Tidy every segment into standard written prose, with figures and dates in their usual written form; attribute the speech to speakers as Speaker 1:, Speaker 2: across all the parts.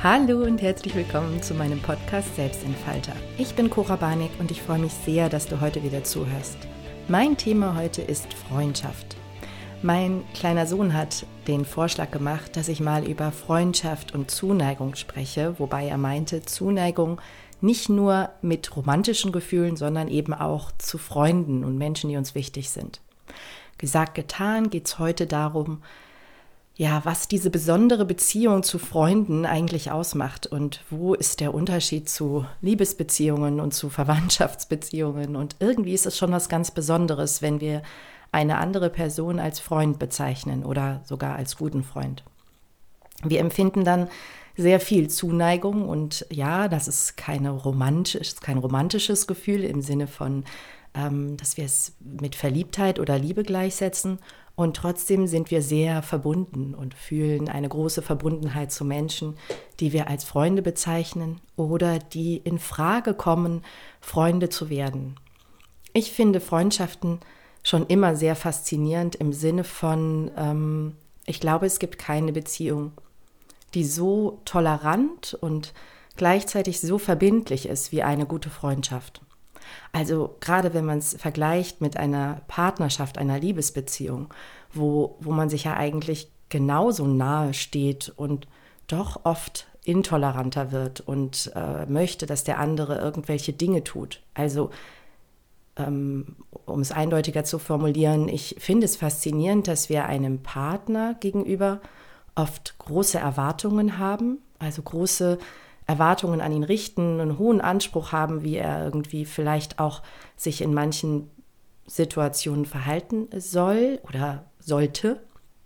Speaker 1: Hallo und herzlich willkommen zu meinem Podcast Selbstentfalter. Ich bin Cora Barnick und ich freue mich sehr, dass du heute wieder zuhörst. Mein Thema heute ist Freundschaft. Mein kleiner Sohn hat den Vorschlag gemacht, dass ich mal über Freundschaft und Zuneigung spreche, wobei er meinte, Zuneigung nicht nur mit romantischen Gefühlen, sondern eben auch zu Freunden und Menschen, die uns wichtig sind. Gesagt, getan, geht es heute darum, was diese besondere Beziehung zu Freunden eigentlich ausmacht und wo ist der Unterschied zu Liebesbeziehungen und zu Verwandtschaftsbeziehungen. Und irgendwie ist es schon was ganz Besonderes, wenn wir eine andere Person als Freund bezeichnen oder sogar als guten Freund. Wir empfinden dann sehr viel Zuneigung und ja, das ist kein romantisches Gefühl im Sinne von, dass wir es mit Verliebtheit oder Liebe gleichsetzen. Und trotzdem sind wir sehr verbunden und fühlen eine große Verbundenheit zu Menschen, die wir als Freunde bezeichnen oder die in Frage kommen, Freunde zu werden. Ich finde Freundschaften schon immer sehr faszinierend im Sinne von, ich glaube, es gibt keine Beziehung, die so tolerant und gleichzeitig so verbindlich ist wie eine gute Freundschaft. Also gerade wenn man es vergleicht mit einer Partnerschaft, einer Liebesbeziehung, wo man sich ja eigentlich genauso nahe steht und doch oft intoleranter wird und möchte, dass der andere irgendwelche Dinge tut. Also um es eindeutiger zu formulieren, ich finde es faszinierend, dass wir einem Partner gegenüber oft große Erwartungen haben, also große Erwartungen an ihn richten, einen hohen Anspruch haben, wie er irgendwie vielleicht auch sich in manchen Situationen verhalten soll oder sollte.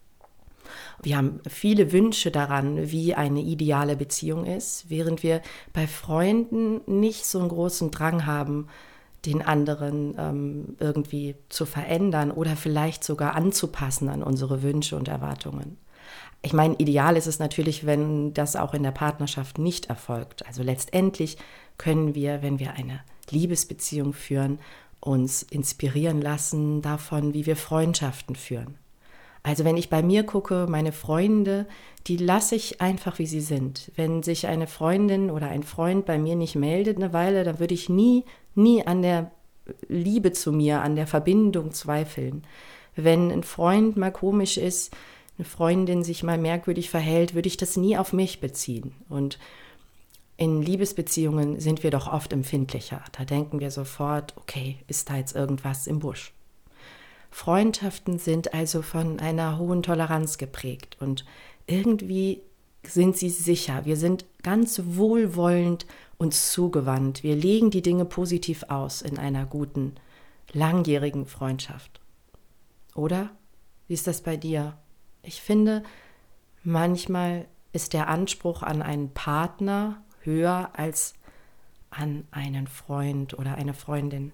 Speaker 1: Wir haben viele Wünsche daran, wie eine ideale Beziehung ist, während wir bei Freunden nicht so einen großen Drang haben, den anderen irgendwie zu verändern oder vielleicht sogar anzupassen an unsere Wünsche und Erwartungen. Ich meine, ideal ist es natürlich, wenn das auch in der Partnerschaft nicht erfolgt. Also letztendlich können wir, wenn wir eine Liebesbeziehung führen, uns inspirieren lassen davon, wie wir Freundschaften führen. Also wenn ich bei mir gucke, meine Freunde, die lasse ich einfach, wie sie sind. Wenn sich eine Freundin oder ein Freund bei mir nicht meldet eine Weile, dann würde ich nie an der Liebe zu mir, an der Verbindung zweifeln. Wenn ein Freund mal komisch ist, eine Freundin sich mal merkwürdig verhält, würde ich das nie auf mich beziehen. Und in Liebesbeziehungen sind wir doch oft empfindlicher. Da denken wir sofort, okay, ist da jetzt irgendwas im Busch? Freundschaften sind also von einer hohen Toleranz geprägt und irgendwie sind sie sicher. Wir sind ganz wohlwollend uns zugewandt. Wir legen die Dinge positiv aus in einer guten, langjährigen Freundschaft. Oder? Wie ist das bei dir? Ich finde, manchmal ist der Anspruch an einen Partner höher als an einen Freund oder eine Freundin.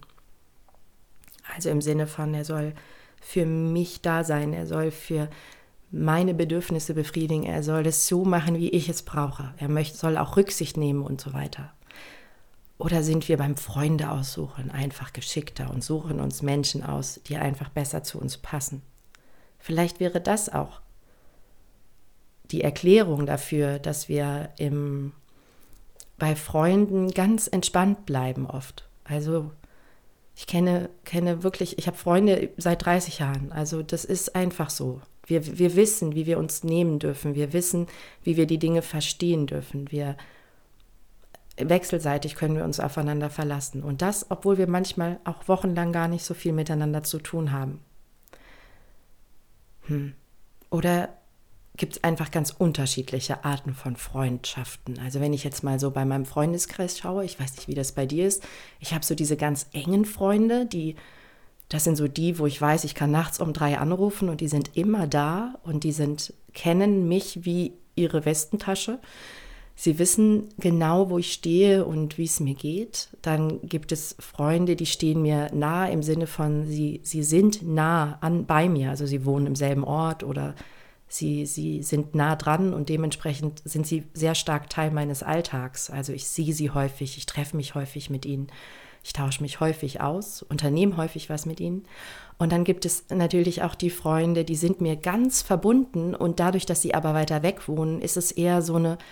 Speaker 1: Also im Sinne von, er soll für mich da sein, er soll für meine Bedürfnisse befriedigen, er soll das so machen, wie ich es brauche. Soll auch Rücksicht nehmen und so weiter. Oder sind wir beim Freunde aussuchen einfach geschickter und suchen uns Menschen aus, die einfach besser zu uns passen? Vielleicht wäre das auch die Erklärung dafür, dass wir bei Freunden ganz entspannt bleiben oft. Also ich kenne wirklich, ich habe Freunde seit 30 Jahren, also das ist einfach so. Wir wissen, wie wir uns nehmen dürfen, wir wissen, wie wir die Dinge verstehen dürfen, wechselseitig können wir uns aufeinander verlassen. Und das, obwohl wir manchmal auch wochenlang gar nicht so viel miteinander zu tun haben. Oder gibt es einfach ganz unterschiedliche Arten von Freundschaften. Also wenn ich jetzt mal so bei meinem Freundeskreis schaue, ich weiß nicht, wie das bei dir ist, ich habe so diese ganz engen Freunde, das sind so die, wo ich weiß, ich kann nachts um 3 anrufen und die sind immer da und kennen mich wie ihre Westentasche. Sie wissen genau, wo ich stehe und wie es mir geht. Dann gibt es Freunde, die stehen mir nah im Sinne von, sie sind nah bei mir. Also sie wohnen im selben Ort oder sie sind nah dran und dementsprechend sind sie sehr stark Teil meines Alltags. Also ich sehe sie häufig, ich treffe mich häufig mit ihnen, ich tausche mich häufig aus, unternehme häufig was mit ihnen. Und dann gibt es natürlich auch die Freunde, die sind mir ganz verbunden und dadurch, dass sie aber weiter weg wohnen, ist es eher so eine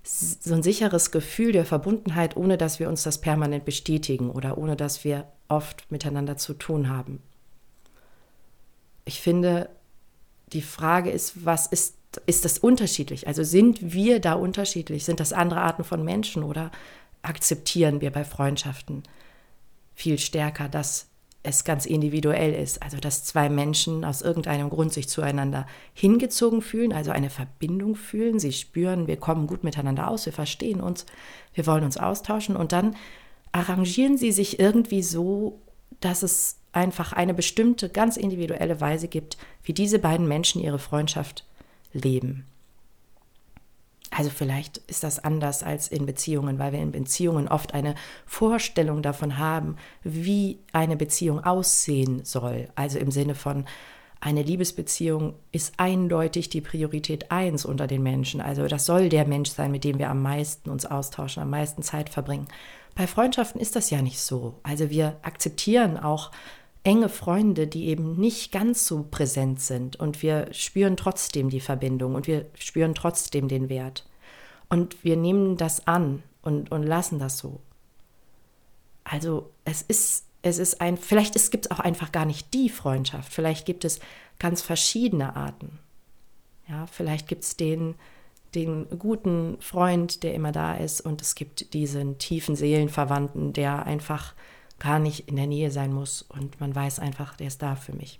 Speaker 1: so ein sicheres Gefühl der Verbundenheit, ohne dass wir uns das permanent bestätigen oder ohne dass wir oft miteinander zu tun haben. Ich finde, die Frage ist, was ist das unterschiedlich? Also sind wir da unterschiedlich? Sind das andere Arten von Menschen oder akzeptieren wir bei Freundschaften viel stärker, dass es ganz individuell ist? Also dass zwei Menschen aus irgendeinem Grund sich zueinander hingezogen fühlen, also eine Verbindung fühlen. Sie spüren, wir kommen gut miteinander aus, wir verstehen uns, wir wollen uns austauschen und dann arrangieren sie sich irgendwie so, dass es einfach eine bestimmte, ganz individuelle Weise gibt, wie diese beiden Menschen ihre Freundschaft leben. Also vielleicht ist das anders als in Beziehungen, weil wir in Beziehungen oft eine Vorstellung davon haben, wie eine Beziehung aussehen soll. Also im Sinne von, eine Liebesbeziehung ist eindeutig die Priorität 1 unter den Menschen. Also das soll der Mensch sein, mit dem wir am meisten uns austauschen, am meisten Zeit verbringen. Bei Freundschaften ist das ja nicht so. Also wir akzeptieren auch enge Freunde, die eben nicht ganz so präsent sind und wir spüren trotzdem die Verbindung und wir spüren trotzdem den Wert. Und wir nehmen das an und lassen das so. Also vielleicht gibt es auch einfach gar nicht die Freundschaft. Vielleicht gibt es ganz verschiedene Arten. Ja, vielleicht gibt es den guten Freund, der immer da ist und es gibt diesen tiefen Seelenverwandten, der einfach gar nicht in der Nähe sein muss und man weiß einfach, der ist da für mich.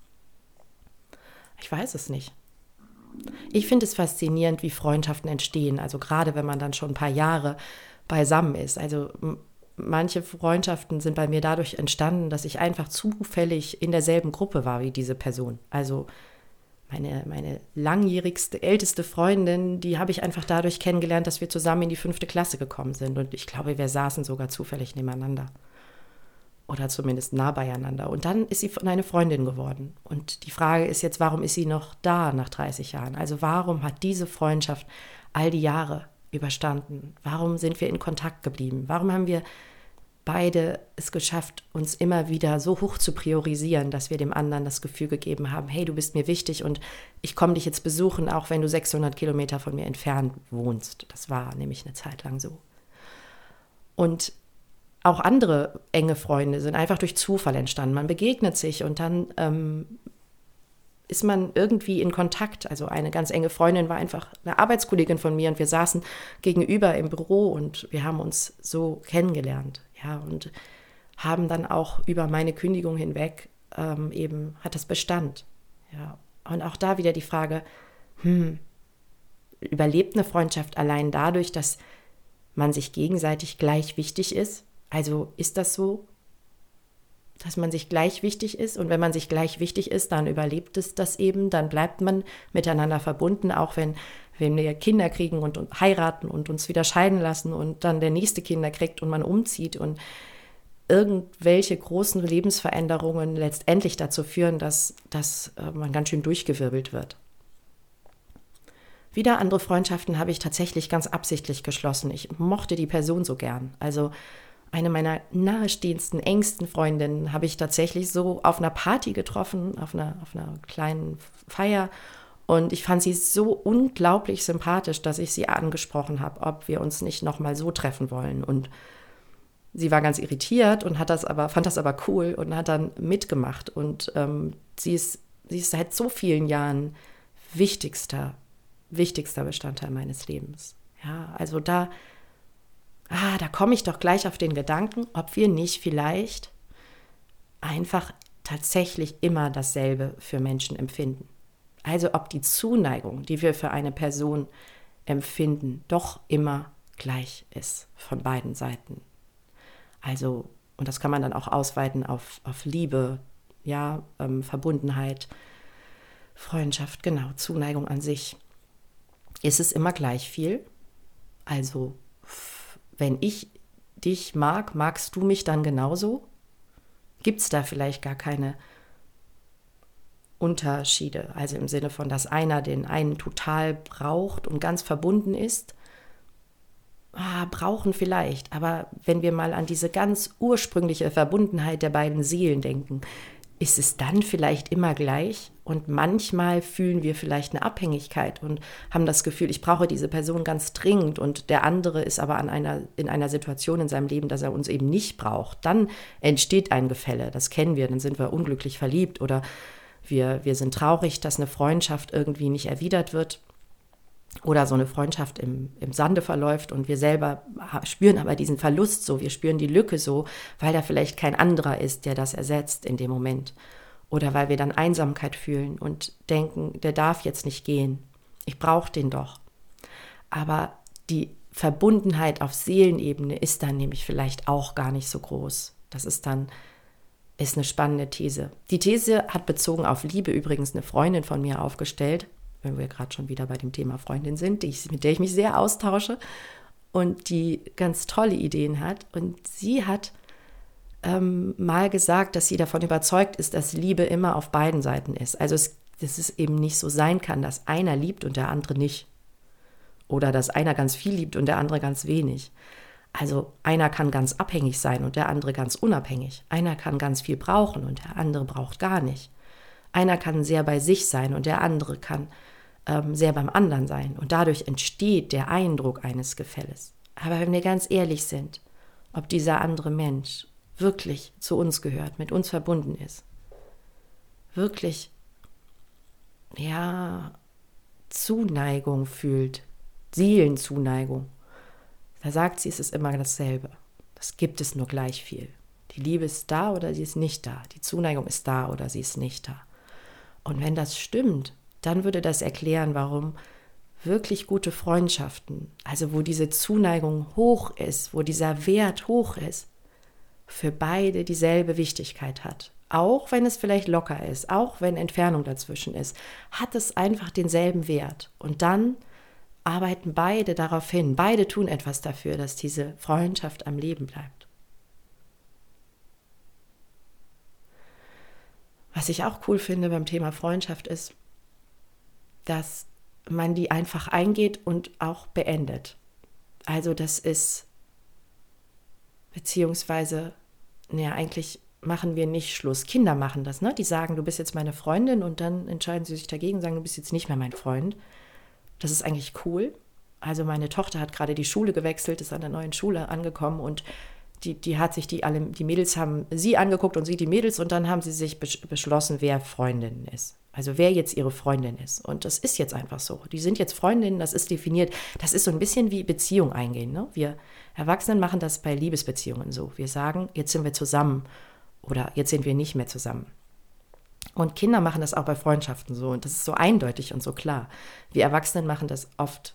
Speaker 1: Ich weiß es nicht. Ich finde es faszinierend, wie Freundschaften entstehen, also gerade wenn man dann schon ein paar Jahre beisammen ist. Also manche Freundschaften sind bei mir dadurch entstanden, dass ich einfach zufällig in derselben Gruppe war wie diese Person. Also meine langjährigste, älteste Freundin, die habe ich einfach dadurch kennengelernt, dass wir zusammen in die 5. Klasse gekommen sind und ich glaube, wir saßen sogar zufällig nebeneinander. Oder zumindest nah beieinander. Und dann ist sie eine Freundin geworden. Und die Frage ist jetzt, warum ist sie noch da nach 30 Jahren? Also warum hat diese Freundschaft all die Jahre überstanden? Warum sind wir in Kontakt geblieben? Warum haben wir beide es geschafft, uns immer wieder so hoch zu priorisieren, dass wir dem anderen das Gefühl gegeben haben, hey, du bist mir wichtig und ich komme dich jetzt besuchen, auch wenn du 600 Kilometer von mir entfernt wohnst. Das war nämlich eine Zeit lang so. Und auch andere enge Freunde sind einfach durch Zufall entstanden. Man begegnet sich und dann ist man irgendwie in Kontakt. Also eine ganz enge Freundin war einfach eine Arbeitskollegin von mir und wir saßen gegenüber im Büro und wir haben uns so kennengelernt. Ja, und haben dann auch über meine Kündigung hinweg eben hat das Bestand. Ja, und auch da wieder die Frage, überlebt eine Freundschaft allein dadurch, dass man sich gegenseitig gleich wichtig ist? Also ist das so, dass man sich gleich wichtig ist? Und wenn man sich gleich wichtig ist, dann überlebt es das eben, dann bleibt man miteinander verbunden, auch wenn wir Kinder kriegen und heiraten und uns wieder scheiden lassen und dann der nächste Kinder kriegt und man umzieht und irgendwelche großen Lebensveränderungen letztendlich dazu führen, dass man ganz schön durchgewirbelt wird. Wieder andere Freundschaften habe ich tatsächlich ganz absichtlich geschlossen. Ich mochte die Person so gern. Also eine meiner nahestehendsten, engsten Freundinnen habe ich tatsächlich so auf einer Party getroffen, auf einer kleinen Feier. Und ich fand sie so unglaublich sympathisch, dass ich sie angesprochen habe, ob wir uns nicht nochmal so treffen wollen. Und sie war ganz irritiert und fand das aber cool und hat dann mitgemacht. Und sie ist seit so vielen Jahren wichtigster Bestandteil meines Lebens. Ja, also da komme ich doch gleich auf den Gedanken, ob wir nicht vielleicht einfach tatsächlich immer dasselbe für Menschen empfinden. Also ob die Zuneigung, die wir für eine Person empfinden, doch immer gleich ist von beiden Seiten. Also, und das kann man dann auch ausweiten auf Liebe, ja, Verbundenheit, Freundschaft, genau, Zuneigung an sich. Ist es immer gleich viel? Also, wenn ich dich mag, magst du mich dann genauso? Gibt es da vielleicht gar keine Unterschiede? Also im Sinne von, dass einer den einen total braucht und ganz verbunden ist? Brauchen vielleicht, aber wenn wir mal an diese ganz ursprüngliche Verbundenheit der beiden Seelen denken, ist es dann vielleicht immer gleich? Und manchmal fühlen wir vielleicht eine Abhängigkeit und haben das Gefühl, ich brauche diese Person ganz dringend und der andere ist aber in einer Situation in seinem Leben, dass er uns eben nicht braucht. Dann entsteht ein Gefälle, das kennen wir, dann sind wir unglücklich verliebt oder wir sind traurig, dass eine Freundschaft irgendwie nicht erwidert wird oder so eine Freundschaft im Sande verläuft und wir selber spüren aber diesen Verlust so, wir spüren die Lücke so, weil da vielleicht kein anderer ist, der das ersetzt in dem Moment. Oder weil wir dann Einsamkeit fühlen und denken, der darf jetzt nicht gehen, ich brauche den doch. Aber die Verbundenheit auf Seelenebene ist dann nämlich vielleicht auch gar nicht so groß. Das ist eine spannende These. Die These hat bezogen auf Liebe übrigens eine Freundin von mir aufgestellt, wenn wir gerade schon wieder bei dem Thema Freundin sind, mit der ich mich sehr austausche und die ganz tolle Ideen hat. Und sie hat mal gesagt, dass sie davon überzeugt ist, dass Liebe immer auf beiden Seiten ist. Also dass es eben nicht so sein kann, dass einer liebt und der andere nicht. Oder dass einer ganz viel liebt und der andere ganz wenig. Also einer kann ganz abhängig sein und der andere ganz unabhängig. Einer kann ganz viel brauchen und der andere braucht gar nicht. Einer kann sehr bei sich sein und der andere kann sehr beim anderen sein. Und dadurch entsteht der Eindruck eines Gefälles. Aber wenn wir ganz ehrlich sind, ob dieser andere Mensch wirklich zu uns gehört, mit uns verbunden ist, wirklich, ja, Zuneigung fühlt, Seelenzuneigung, da sagt sie, es ist immer dasselbe. Das gibt es nur gleich viel. Die Liebe ist da oder sie ist nicht da. Die Zuneigung ist da oder sie ist nicht da. Und wenn das stimmt, dann würde das erklären, warum wirklich gute Freundschaften, also wo diese Zuneigung hoch ist, wo dieser Wert hoch ist, für beide dieselbe Wichtigkeit hat. Auch wenn es vielleicht locker ist, auch wenn Entfernung dazwischen ist, hat es einfach denselben Wert. Und dann arbeiten beide darauf hin. Beide tun etwas dafür, dass diese Freundschaft am Leben bleibt. Was ich auch cool finde beim Thema Freundschaft ist, dass man die einfach eingeht und auch beendet. Also das ist, beziehungsweise, eigentlich machen wir nicht Schluss. Kinder machen das, ne? Die sagen, du bist jetzt meine Freundin und dann entscheiden sie sich dagegen, sagen, du bist jetzt nicht mehr mein Freund. Das ist eigentlich cool. Also meine Tochter hat gerade die Schule gewechselt, ist an der neuen Schule angekommen und die hat sich die Mädels haben sie angeguckt und sie die Mädels und dann haben sie sich beschlossen, wer Freundin ist. Also wer jetzt ihre Freundin ist. Und das ist jetzt einfach so. Die sind jetzt Freundinnen, das ist definiert. Das ist so ein bisschen wie Beziehung eingehen, ne? Wir Erwachsenen machen das bei Liebesbeziehungen so. Wir sagen, jetzt sind wir zusammen oder jetzt sind wir nicht mehr zusammen. Und Kinder machen das auch bei Freundschaften so. Und das ist so eindeutig und so klar. Wir Erwachsenen machen das oft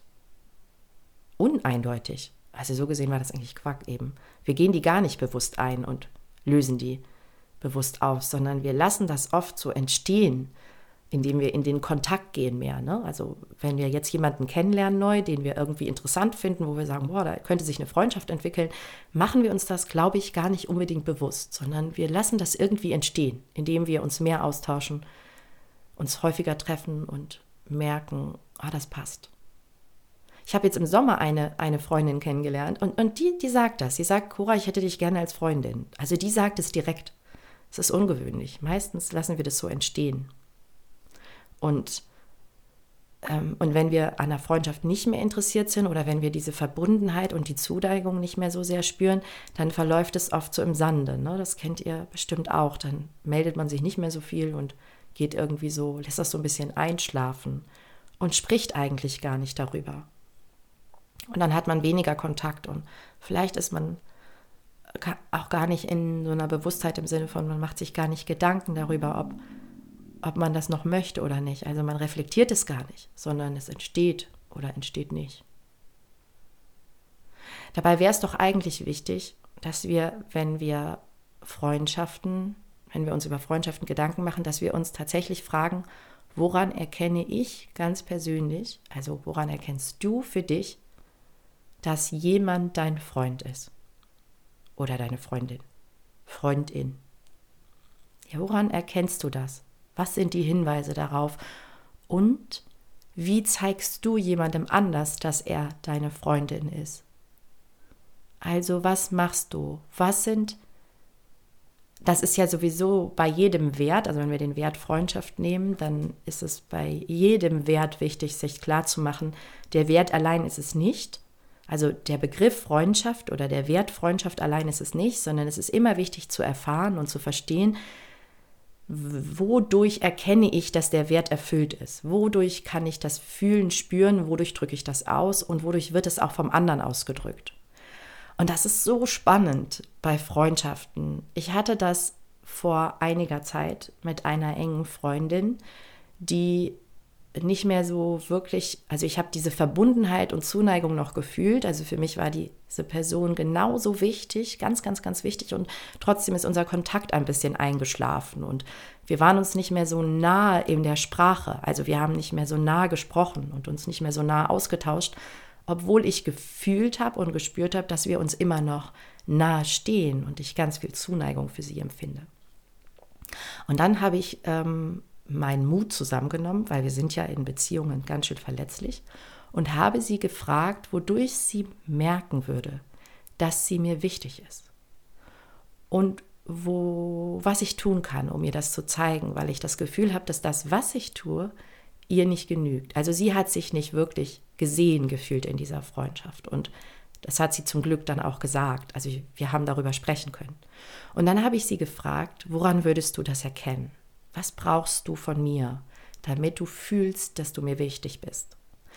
Speaker 1: uneindeutig. Also so gesehen war das eigentlich Quark eben. Wir gehen die gar nicht bewusst ein und lösen die bewusst auf, sondern wir lassen das oft so entstehen, indem wir in den Kontakt gehen mehr. Ne? Also wenn wir jetzt jemanden kennenlernen neu, den wir irgendwie interessant finden, wo wir sagen, boah, da könnte sich eine Freundschaft entwickeln, machen wir uns das, glaube ich, gar nicht unbedingt bewusst, sondern wir lassen das irgendwie entstehen, indem wir uns mehr austauschen, uns häufiger treffen und merken, das passt. Ich habe jetzt im Sommer eine Freundin kennengelernt und die sagt das. Sie sagt, Cora, ich hätte dich gerne als Freundin. Also die sagt es direkt. Es ist ungewöhnlich. Meistens lassen wir das so entstehen. Und wenn wir an der Freundschaft nicht mehr interessiert sind oder wenn wir diese Verbundenheit und die Zuneigung nicht mehr so sehr spüren, dann verläuft es oft so im Sande. Ne? Das kennt ihr bestimmt auch. Dann meldet man sich nicht mehr so viel und geht irgendwie so, lässt das so ein bisschen einschlafen und spricht eigentlich gar nicht darüber. Und dann hat man weniger Kontakt und vielleicht ist man auch gar nicht in so einer Bewusstheit im Sinne von, man macht sich gar nicht Gedanken darüber, ob man das noch möchte oder nicht. Also man reflektiert es gar nicht, sondern es entsteht oder entsteht nicht. Dabei wäre es doch eigentlich wichtig, dass wir, wenn wir uns über Freundschaften Gedanken machen, dass wir uns tatsächlich fragen, woran erkenne ich ganz persönlich, also woran erkennst du für dich, dass jemand dein Freund ist oder deine Freundin, Freundin. Ja, woran erkennst du das? Was sind die Hinweise darauf? Und wie zeigst du jemandem anders, dass er deine Freundin ist? Also was machst du? Was sind das ist ja sowieso bei jedem Wert, also wenn wir den Wert Freundschaft nehmen, dann ist es bei jedem Wert wichtig, sich klarzumachen, der Wert allein ist es nicht. Also der Begriff Freundschaft oder der Wert Freundschaft allein ist es nicht, sondern es ist immer wichtig zu erfahren und zu verstehen, wodurch erkenne ich, dass der Wert erfüllt ist? Wodurch kann ich das fühlen, spüren? Wodurch drücke ich das aus? Und wodurch wird es auch vom anderen ausgedrückt? Und das ist so spannend bei Freundschaften. Ich hatte das vor einiger Zeit mit einer engen Freundin, die nicht mehr so wirklich, also ich habe diese Verbundenheit und Zuneigung noch gefühlt. Also für mich war diese Person genauso wichtig, ganz, ganz, ganz wichtig. Und trotzdem ist unser Kontakt ein bisschen eingeschlafen. Und wir waren uns nicht mehr so nah in der Sprache. Also wir haben nicht mehr so nah gesprochen und uns nicht mehr so nah ausgetauscht, obwohl ich gefühlt habe und gespürt habe, dass wir uns immer noch nahe stehen und ich ganz viel Zuneigung für sie empfinde. Und dann habe ich meinen Mut zusammengenommen, weil wir sind ja in Beziehungen ganz schön verletzlich, und habe sie gefragt, wodurch sie merken würde, dass sie mir wichtig ist. Und was ich tun kann, um ihr das zu zeigen, weil ich das Gefühl habe, dass das, was ich tue, ihr nicht genügt. Also sie hat sich nicht wirklich gesehen gefühlt in dieser Freundschaft und das hat sie zum Glück dann auch gesagt. Also wir haben darüber sprechen können. Und dann habe ich sie gefragt, woran würdest du das erkennen? Was brauchst du von mir, damit du fühlst, dass du mir wichtig bist?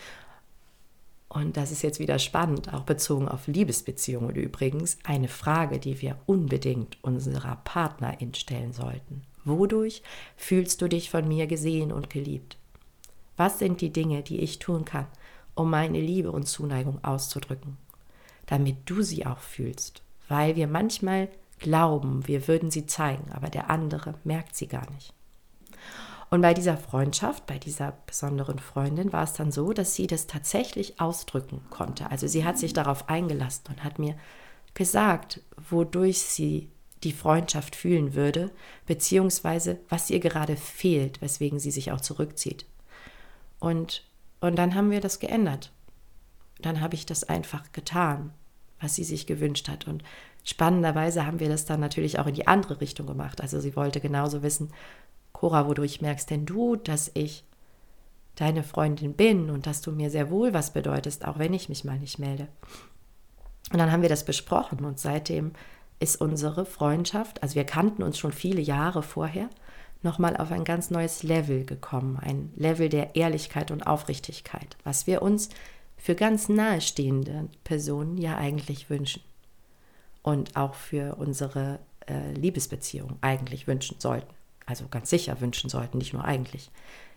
Speaker 1: Und das ist jetzt wieder spannend, auch bezogen auf Liebesbeziehungen übrigens, eine Frage, die wir unbedingt unserer Partnerin stellen sollten. Wodurch fühlst du dich von mir gesehen und geliebt? Was sind die Dinge, die ich tun kann, um meine Liebe und Zuneigung auszudrücken, damit du sie auch fühlst? Weil wir manchmal glauben, wir würden sie zeigen, aber der andere merkt sie gar nicht. Und bei dieser Freundschaft, bei dieser besonderen Freundin war es dann so, dass sie das tatsächlich ausdrücken konnte. Also sie hat sich darauf eingelassen und hat mir gesagt, wodurch sie die Freundschaft fühlen würde, beziehungsweise was ihr gerade fehlt, weswegen sie sich auch zurückzieht. Und dann haben wir das geändert. Dann habe ich das einfach getan, was sie sich gewünscht hat. Und spannenderweise haben wir das dann natürlich auch in die andere Richtung gemacht. Also sie wollte genauso wissen, Cora, wodurch merkst denn du, dass ich deine Freundin bin und dass du mir sehr wohl was bedeutest, auch wenn ich mich mal nicht melde. Und dann haben wir das besprochen und seitdem ist unsere Freundschaft, also wir kannten uns schon viele Jahre vorher, nochmal auf ein ganz neues Level gekommen, ein Level der Ehrlichkeit und Aufrichtigkeit, was wir uns für ganz nahestehende Personen ja eigentlich wünschen und auch für unsere Liebesbeziehung eigentlich wünschen sollten, also ganz sicher wünschen sollten, nicht nur eigentlich.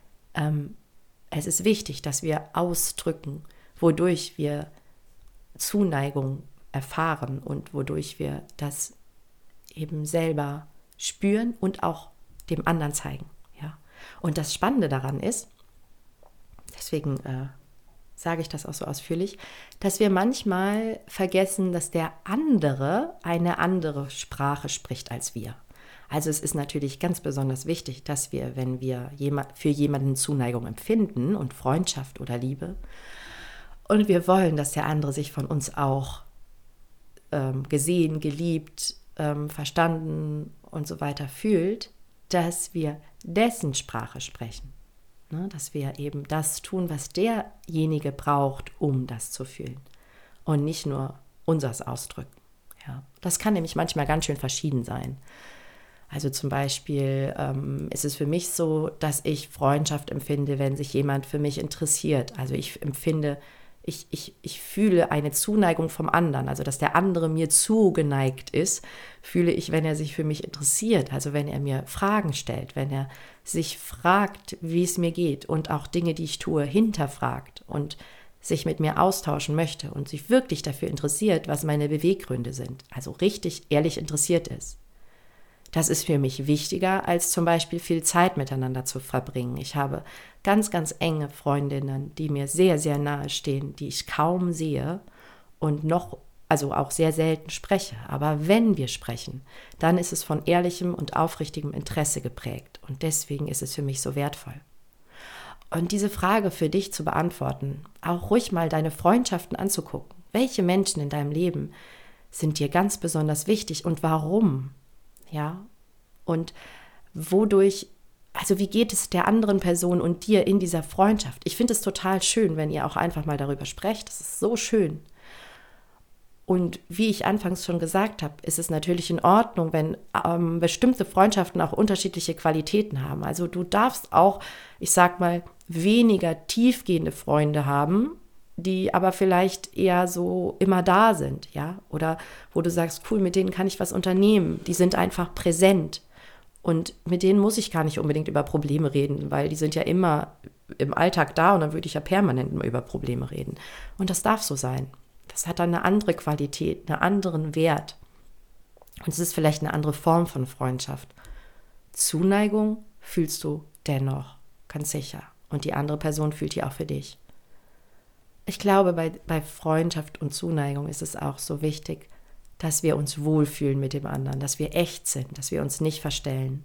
Speaker 1: Es ist wichtig, dass wir ausdrücken, wodurch wir Zuneigung erfahren und wodurch wir das eben selber spüren und auch dem anderen zeigen. Ja. Und das Spannende daran ist, deswegen sage ich das auch so ausführlich, dass wir manchmal vergessen, dass der andere eine andere Sprache spricht als wir. Also es ist natürlich ganz besonders wichtig, dass wir, wenn wir für jemanden Zuneigung empfinden und Freundschaft oder Liebe, und wir wollen, dass der andere sich von uns auch gesehen, geliebt, verstanden und so weiter fühlt, dass wir dessen Sprache sprechen. Ne? Dass wir eben das tun, was derjenige braucht, um das zu fühlen. Und nicht nur unseres ausdrücken. Ja. Das kann nämlich manchmal ganz schön verschieden sein. Also zum Beispiel ist es für mich so, dass ich Freundschaft empfinde, wenn sich jemand für mich interessiert. Also ich empfinde, ich fühle eine Zuneigung vom anderen, also dass der andere mir zugeneigt ist, fühle ich, wenn er sich für mich interessiert, also wenn er mir Fragen stellt, wenn er sich fragt, wie es mir geht und auch Dinge, die ich tue, hinterfragt und sich mit mir austauschen möchte und sich wirklich dafür interessiert, was meine Beweggründe sind, also richtig ehrlich interessiert ist. Das ist für mich wichtiger, als zum Beispiel viel Zeit miteinander zu verbringen. Ich habe ganz, ganz enge Freundinnen, die mir sehr, sehr nahe stehen, die ich kaum sehe und also auch sehr selten spreche. Aber wenn wir sprechen, dann ist es von ehrlichem und aufrichtigem Interesse geprägt. Und deswegen ist es für mich so wertvoll. Und diese Frage für dich zu beantworten, auch ruhig mal deine Freundschaften anzugucken. Welche Menschen in deinem Leben sind dir ganz besonders wichtig und warum? Ja, Und wodurch, also wie geht es der anderen Person und dir in dieser Freundschaft? Ich finde es total schön, wenn ihr auch einfach mal darüber sprecht. Das ist so schön. Und wie ich anfangs schon gesagt habe, ist es natürlich in Ordnung, wenn bestimmte Freundschaften auch unterschiedliche Qualitäten haben. Also du darfst auch, ich sag mal, weniger tiefgehende Freunde haben, die aber vielleicht eher so immer da sind, ja? Oder wo du sagst, cool, mit denen kann ich was unternehmen. Die sind einfach präsent. Und mit denen muss ich gar nicht unbedingt über Probleme reden, weil die sind ja immer im Alltag da und dann würde ich ja permanent immer über Probleme reden. Und das darf so sein. Das hat dann eine andere Qualität, einen anderen Wert. Und es ist vielleicht eine andere Form von Freundschaft. Zuneigung fühlst du dennoch, ganz sicher. Und die andere Person fühlt die auch für dich. Ich glaube, bei Freundschaft und Zuneigung ist es auch so wichtig, dass wir uns wohlfühlen mit dem anderen, dass wir echt sind, dass wir uns nicht verstellen.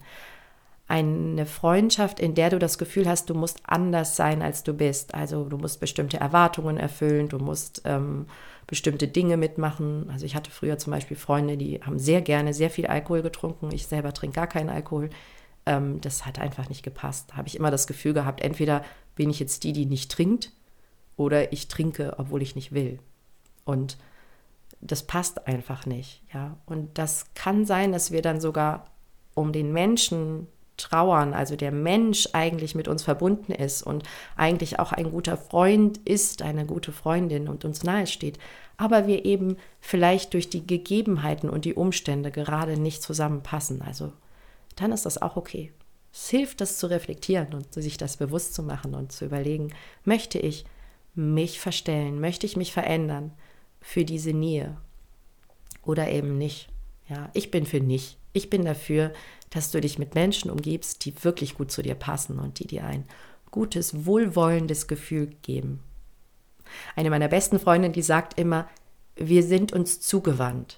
Speaker 1: Eine Freundschaft, in der du das Gefühl hast, du musst anders sein, als du bist. Also du musst bestimmte Erwartungen erfüllen, du musst bestimmte Dinge mitmachen. Also ich hatte früher zum Beispiel Freunde, die haben sehr gerne sehr viel Alkohol getrunken. Ich selber trinke gar keinen Alkohol. Das hat einfach nicht gepasst. Da habe ich immer das Gefühl gehabt, entweder bin ich jetzt die nicht trinkt, oder ich trinke, obwohl ich nicht will. Und das passt einfach nicht. Ja? Und das kann sein, dass wir dann sogar um den Menschen trauern, also der Mensch eigentlich mit uns verbunden ist und eigentlich auch ein guter Freund ist, eine gute Freundin und uns nahe steht, aber wir eben vielleicht durch die Gegebenheiten und die Umstände gerade nicht zusammenpassen. Also dann ist das auch okay. Es hilft, das zu reflektieren und sich das bewusst zu machen und zu überlegen, möchte ich mich verstellen, möchte ich mich verändern für diese Nähe oder eben nicht. Ja, ich bin für nicht. Ich bin dafür, dass du dich mit Menschen umgibst, die wirklich gut zu dir passen und die dir ein gutes, wohlwollendes Gefühl geben. Eine meiner besten Freundinnen, die sagt immer, wir sind uns zugewandt.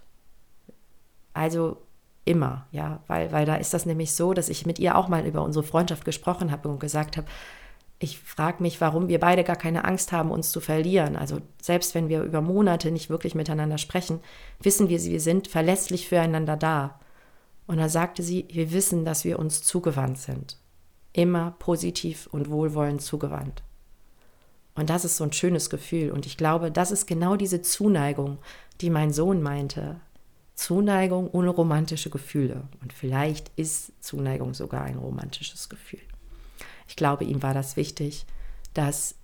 Speaker 1: Also immer, ja, weil da ist das nämlich so, dass ich mit ihr auch mal über unsere Freundschaft gesprochen habe und gesagt habe, ich frage mich, warum wir beide gar keine Angst haben, uns zu verlieren. Also selbst wenn wir über Monate nicht wirklich miteinander sprechen, wissen wir sind verlässlich füreinander da. Und da sagte sie, wir wissen, dass wir uns zugewandt sind. Immer positiv und wohlwollend zugewandt. Und das ist so ein schönes Gefühl. Und ich glaube, das ist genau diese Zuneigung, die mein Sohn meinte. Zuneigung ohne romantische Gefühle. Und vielleicht ist Zuneigung sogar ein romantisches Gefühl. Ich glaube, ihm war das wichtig, dass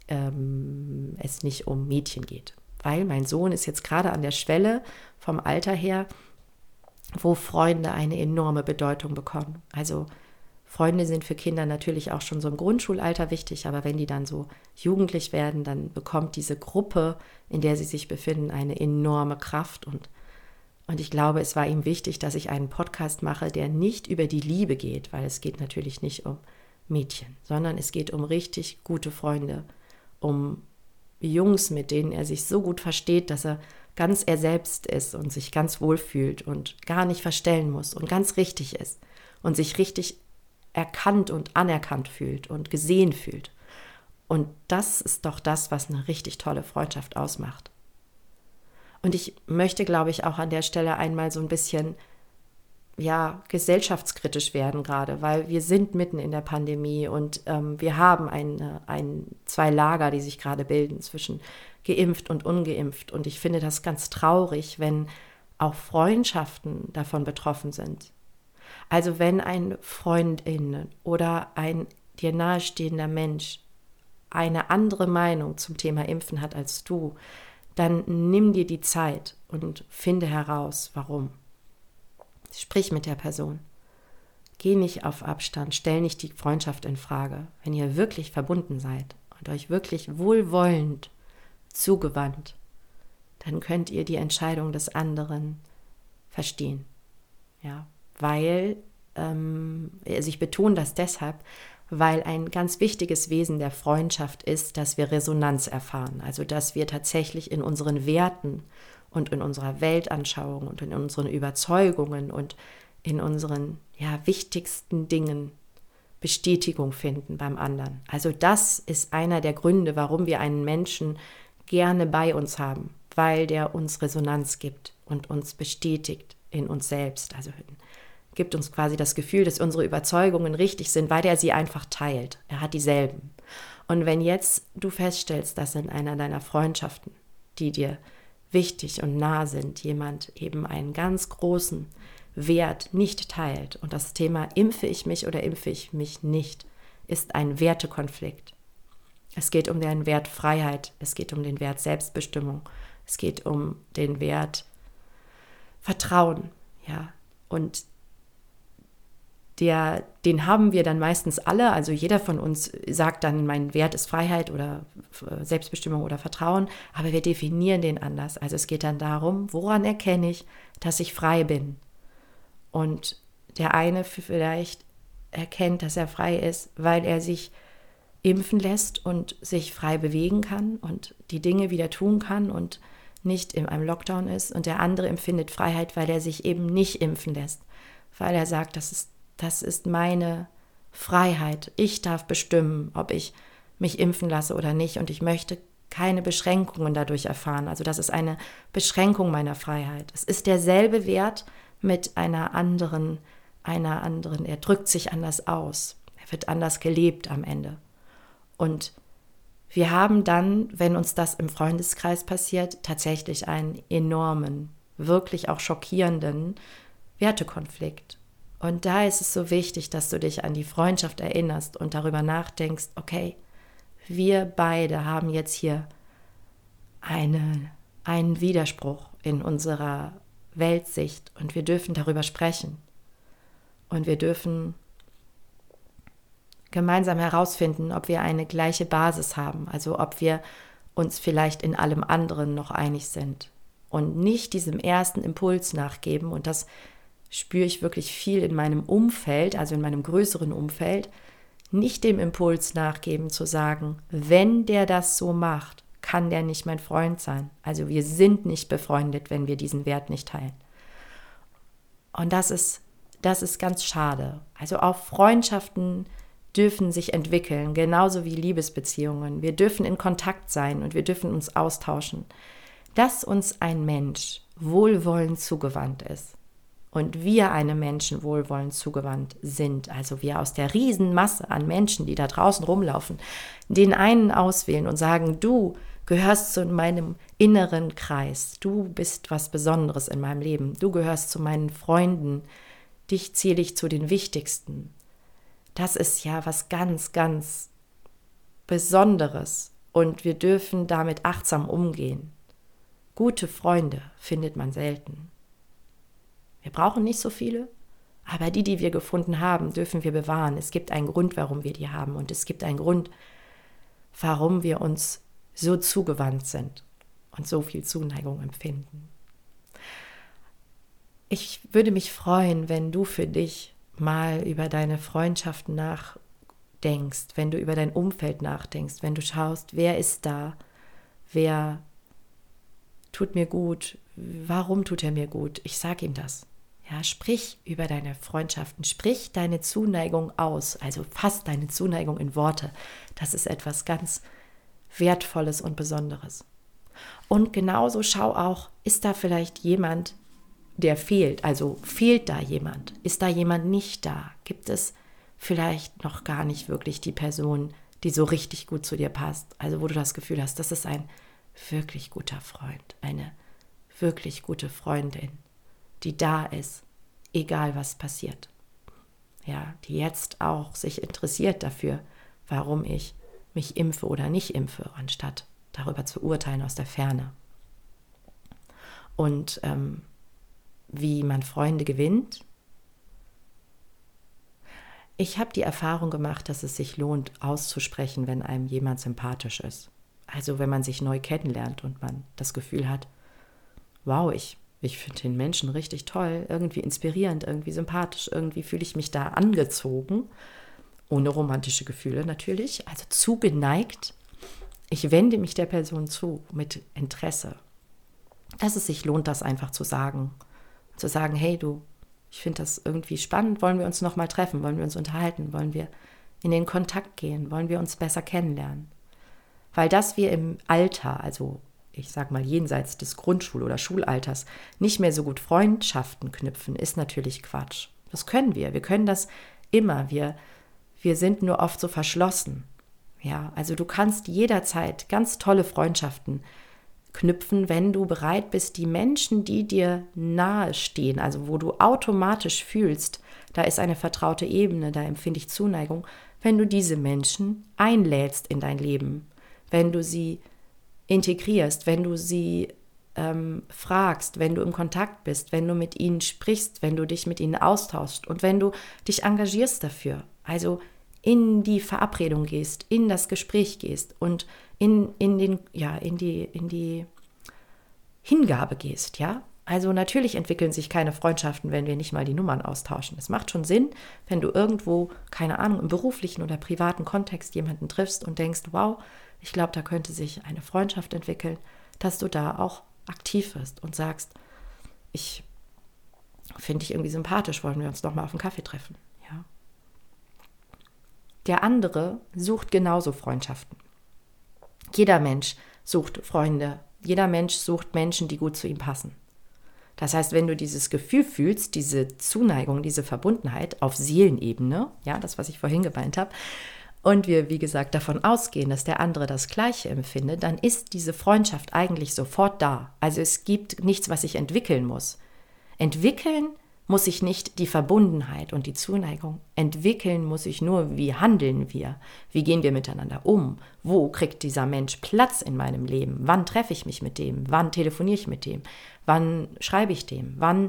Speaker 1: es nicht um Mädchen geht. Weil mein Sohn ist jetzt gerade an der Schwelle vom Alter her, wo Freunde eine enorme Bedeutung bekommen. Also Freunde sind für Kinder natürlich auch schon so im Grundschulalter wichtig, aber wenn die dann so jugendlich werden, dann bekommt diese Gruppe, in der sie sich befinden, eine enorme Kraft. Und ich glaube, es war ihm wichtig, dass ich einen Podcast mache, der nicht über die Liebe geht, weil es geht natürlich nicht um Mädchen, sondern es geht um richtig gute Freunde, um Jungs, mit denen er sich so gut versteht, dass er ganz er selbst ist und sich ganz wohl fühlt und gar nicht verstellen muss und ganz richtig ist und sich richtig erkannt und anerkannt fühlt und gesehen fühlt. Und das ist doch das, was eine richtig tolle Freundschaft ausmacht. Und ich möchte, glaube ich, auch an der Stelle einmal so ein bisschen gesellschaftskritisch werden gerade, weil wir sind mitten in der Pandemie und wir haben zwei Lager, die sich gerade bilden zwischen geimpft und ungeimpft. Und ich finde das ganz traurig, wenn auch Freundschaften davon betroffen sind. Also wenn ein Freundin oder ein dir nahestehender Mensch eine andere Meinung zum Thema Impfen hat als du, dann nimm dir die Zeit und finde heraus, warum. Sprich mit der Person. Geh nicht auf Abstand, stell nicht die Freundschaft in Frage. Wenn ihr wirklich verbunden seid und euch wirklich wohlwollend zugewandt, dann könnt ihr die Entscheidung des anderen verstehen. Ja, weil, also ich betone das deshalb, weil ein ganz wichtiges Wesen der Freundschaft ist, dass wir Resonanz erfahren. Also dass wir tatsächlich in unseren Werten und in unserer Weltanschauung und in unseren Überzeugungen und in unseren wichtigsten Dingen Bestätigung finden beim anderen. Also das ist einer der Gründe, warum wir einen Menschen gerne bei uns haben, weil der uns Resonanz gibt und uns bestätigt in uns selbst, also gibt uns quasi das Gefühl, dass unsere Überzeugungen richtig sind, weil er sie einfach teilt. Er hat dieselben. Und wenn jetzt du feststellst, dass in einer deiner Freundschaften, die dir wichtig und nah sind, jemand eben einen ganz großen Wert nicht teilt und das Thema impfe ich mich oder impfe ich mich nicht, ist ein Wertekonflikt. Es geht um den Wert Freiheit, es geht um den Wert Selbstbestimmung, es geht um den Wert Vertrauen, ja, und den haben wir dann meistens alle, also jeder von uns sagt dann, mein Wert ist Freiheit oder Selbstbestimmung oder Vertrauen, aber wir definieren den anders. Also es geht dann darum, woran erkenne ich, dass ich frei bin? Und der eine vielleicht erkennt, dass er frei ist, weil er sich impfen lässt und sich frei bewegen kann und die Dinge wieder tun kann und nicht in einem Lockdown ist. Und der andere empfindet Freiheit, weil er sich eben nicht impfen lässt, weil er sagt, das ist meine Freiheit. Ich darf bestimmen, ob ich mich impfen lasse oder nicht und ich möchte keine Beschränkungen dadurch erfahren. Also das ist eine Beschränkung meiner Freiheit. Es ist derselbe Wert mit einer anderen, er drückt sich anders aus. Er wird anders gelebt am Ende. Und wir haben dann, wenn uns das im Freundeskreis passiert, tatsächlich einen enormen, wirklich auch schockierenden Wertekonflikt. Und da ist es so wichtig, dass du dich an die Freundschaft erinnerst und darüber nachdenkst, okay, wir beide haben jetzt hier einen Widerspruch in unserer Weltsicht und wir dürfen darüber sprechen. Und wir dürfen gemeinsam herausfinden, ob wir eine gleiche Basis haben, also ob wir uns vielleicht in allem anderen noch einig sind und nicht diesem ersten Impuls nachgeben. Und das spüre ich wirklich viel in meinem Umfeld, also in meinem größeren Umfeld, nicht dem Impuls nachgeben zu sagen, wenn der das so macht, kann der nicht mein Freund sein. Also wir sind nicht befreundet, wenn wir diesen Wert nicht teilen. Und das ist ganz schade. Also auch Freundschaften dürfen sich entwickeln, genauso wie Liebesbeziehungen. Wir dürfen in Kontakt sein und wir dürfen uns austauschen. Dass uns ein Mensch wohlwollend zugewandt ist und wir einem Menschen wohlwollend zugewandt sind, also wir aus der Riesenmasse an Menschen, die da draußen rumlaufen, den einen auswählen und sagen, du gehörst zu meinem inneren Kreis, du bist was Besonderes in meinem Leben, du gehörst zu meinen Freunden, dich zähle ich zu den Wichtigsten. Das ist ja was ganz, ganz Besonderes und wir dürfen damit achtsam umgehen. Gute Freunde findet man selten. Wir brauchen nicht so viele, aber die wir gefunden haben, dürfen wir bewahren. Es gibt einen Grund, warum wir die haben und es gibt einen Grund, warum wir uns so zugewandt sind und so viel Zuneigung empfinden. Ich würde mich freuen, wenn du für dich mal über deine Freundschaften nachdenkst, wenn du über dein Umfeld nachdenkst, wenn du schaust, wer ist da, wer tut mir gut, warum tut er mir gut, ich sage ihm das. Ja, sprich über deine Freundschaften, sprich deine Zuneigung aus, also fass deine Zuneigung in Worte. Das ist etwas ganz Wertvolles und Besonderes. Und genauso schau auch, ist da vielleicht jemand, der fehlt, also fehlt da jemand, ist da jemand nicht da, gibt es vielleicht noch gar nicht wirklich die Person, die so richtig gut zu dir passt, also wo du das Gefühl hast, das ist ein wirklich guter Freund, eine wirklich gute Freundin, die da ist, egal was passiert, ja, die jetzt auch sich interessiert dafür, warum ich mich impfe oder nicht impfe, anstatt darüber zu urteilen aus der Ferne. Und wie man Freunde gewinnt. Ich habe die Erfahrung gemacht, dass es sich lohnt, auszusprechen, wenn einem jemand sympathisch ist. Also wenn man sich neu kennenlernt und man das Gefühl hat, wow, ich finde den Menschen richtig toll, irgendwie inspirierend, irgendwie sympathisch, irgendwie fühle ich mich da angezogen, ohne romantische Gefühle natürlich, also zugeneigt. Ich wende mich der Person zu mit Interesse. Dass es sich lohnt, das einfach zu sagen, hey du, ich finde das irgendwie spannend, wollen wir uns nochmal treffen, wollen wir uns unterhalten, wollen wir in den Kontakt gehen, wollen wir uns besser kennenlernen. Weil dass wir im Alter, also ich sag mal jenseits des Grundschul- oder Schulalters, nicht mehr so gut Freundschaften knüpfen, ist natürlich Quatsch. Das können wir. Wir können das immer. Wir sind nur oft so verschlossen. Ja, also du kannst jederzeit ganz tolle Freundschaften knüpfen, wenn du bereit bist, die Menschen, die dir nahe stehen, also wo du automatisch fühlst, da ist eine vertraute Ebene, da empfinde ich Zuneigung, wenn du diese Menschen einlädst in dein Leben, wenn du sie integrierst, wenn du sie fragst, wenn du im Kontakt bist, wenn du mit ihnen sprichst, wenn du dich mit ihnen austauschst und wenn du dich engagierst dafür, also in die Verabredung gehst, in das Gespräch gehst und in die Hingabe gehst, ja. Also natürlich entwickeln sich keine Freundschaften, wenn wir nicht mal die Nummern austauschen. Es macht schon Sinn, wenn du irgendwo, keine Ahnung, im beruflichen oder privaten Kontext jemanden triffst und denkst, wow, ich glaube, da könnte sich eine Freundschaft entwickeln, dass du da auch aktiv wirst und sagst, ich finde dich irgendwie sympathisch, wollen wir uns noch mal auf einen Kaffee treffen, ja. Der andere sucht genauso Freundschaften. Jeder Mensch sucht Freunde, jeder Mensch sucht Menschen, die gut zu ihm passen. Das heißt, wenn du dieses Gefühl fühlst, diese Zuneigung, diese Verbundenheit auf Seelenebene, ja, das, was ich vorhin gemeint habe, und wir, wie gesagt, davon ausgehen, dass der andere das Gleiche empfindet, dann ist diese Freundschaft eigentlich sofort da. Also es gibt nichts, was ich entwickeln muss. Entwickeln muss ich nicht die Verbundenheit und die Zuneigung. Entwickeln muss ich nur, wie handeln wir? Wie gehen wir miteinander um? Wo kriegt dieser Mensch Platz in meinem Leben? Wann treffe ich mich mit dem? Wann telefoniere ich mit dem? Wann schreibe ich dem? Wann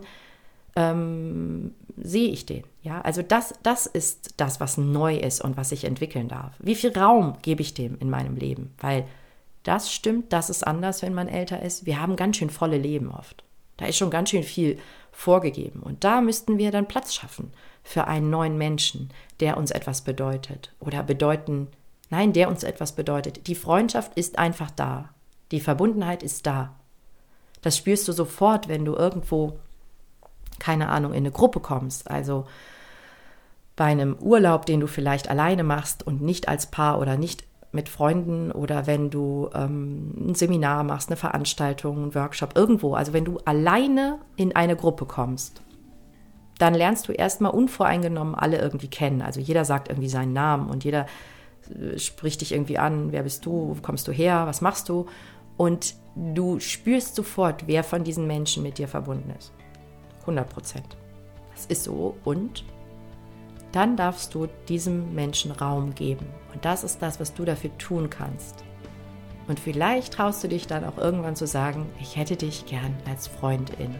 Speaker 1: sehe ich den? Ja, also das ist das, was neu ist und was ich entwickeln darf. Wie viel Raum gebe ich dem in meinem Leben? Weil das stimmt, das ist anders, wenn man älter ist. Wir haben ganz schön volle Leben oft. Da ist schon ganz schön viel vorgegeben. Und da müssten wir dann Platz schaffen für einen neuen Menschen, der uns etwas bedeutet. Der uns etwas bedeutet. Die Freundschaft ist einfach da. Die Verbundenheit ist da. Das spürst du sofort, wenn du irgendwo, keine Ahnung, in eine Gruppe kommst. Also bei einem Urlaub, den du vielleicht alleine machst und nicht als Paar oder nicht mit Freunden, oder wenn du ein Seminar machst, eine Veranstaltung, einen Workshop, irgendwo. Also wenn du alleine in eine Gruppe kommst, dann lernst du erstmal unvoreingenommen alle irgendwie kennen. Also jeder sagt irgendwie seinen Namen und jeder spricht dich irgendwie an. Wer bist du? Wo kommst du her? Was machst du? Und du spürst sofort, wer von diesen Menschen mit dir verbunden ist. 100%. Das ist so. Und dann darfst du diesem Menschen Raum geben. Und das ist das, was du dafür tun kannst. Und vielleicht traust du dich dann auch irgendwann zu sagen, ich hätte dich gern als Freundin.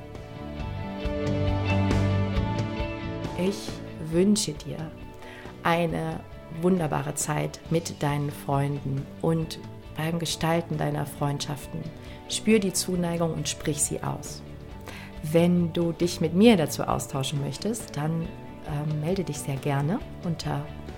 Speaker 1: Ich wünsche dir eine wunderbare Zeit mit deinen Freunden und beim Gestalten deiner Freundschaften. Spür die Zuneigung und sprich sie aus. Wenn du dich mit mir dazu austauschen möchtest, dann melde dich sehr gerne unter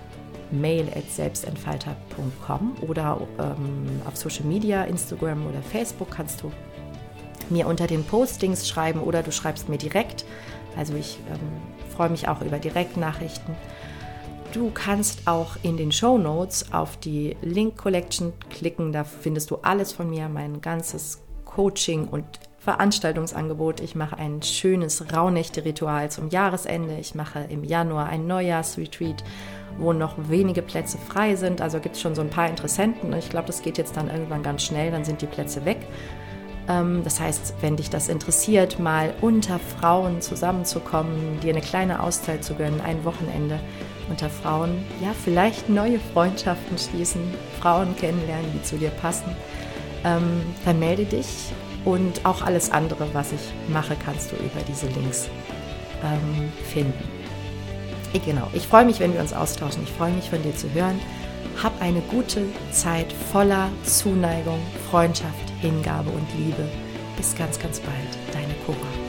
Speaker 1: mail@selbstentfalter.com oder auf Social Media, Instagram oder Facebook kannst du mir unter den Postings schreiben oder du schreibst mir direkt. Also ich freue mich auch über Direktnachrichten. Du kannst auch in den Shownotes auf die Link Collection klicken, da findest du alles von mir, mein ganzes Coaching und Veranstaltungsangebot. Ich mache ein schönes Rauhnächte-Ritual zum Jahresende. Ich mache im Januar ein Neujahrsretreat, wo noch wenige Plätze frei sind. Also gibt es schon so ein paar Interessenten. Und ich glaube, das geht jetzt dann irgendwann ganz schnell, dann sind die Plätze weg. Das heißt, wenn dich das interessiert, mal unter Frauen zusammenzukommen, dir eine kleine Auszeit zu gönnen, ein Wochenende unter Frauen, ja, vielleicht neue Freundschaften schließen, Frauen kennenlernen, die zu dir passen, dann melde dich. Und auch alles andere, was ich mache, kannst du über diese Links finden. Genau, ich freue mich, wenn wir uns austauschen. Ich freue mich, von dir zu hören. Hab eine gute Zeit voller Zuneigung, Freundschaft, Hingabe und Liebe. Bis ganz, ganz bald. Deine Cora.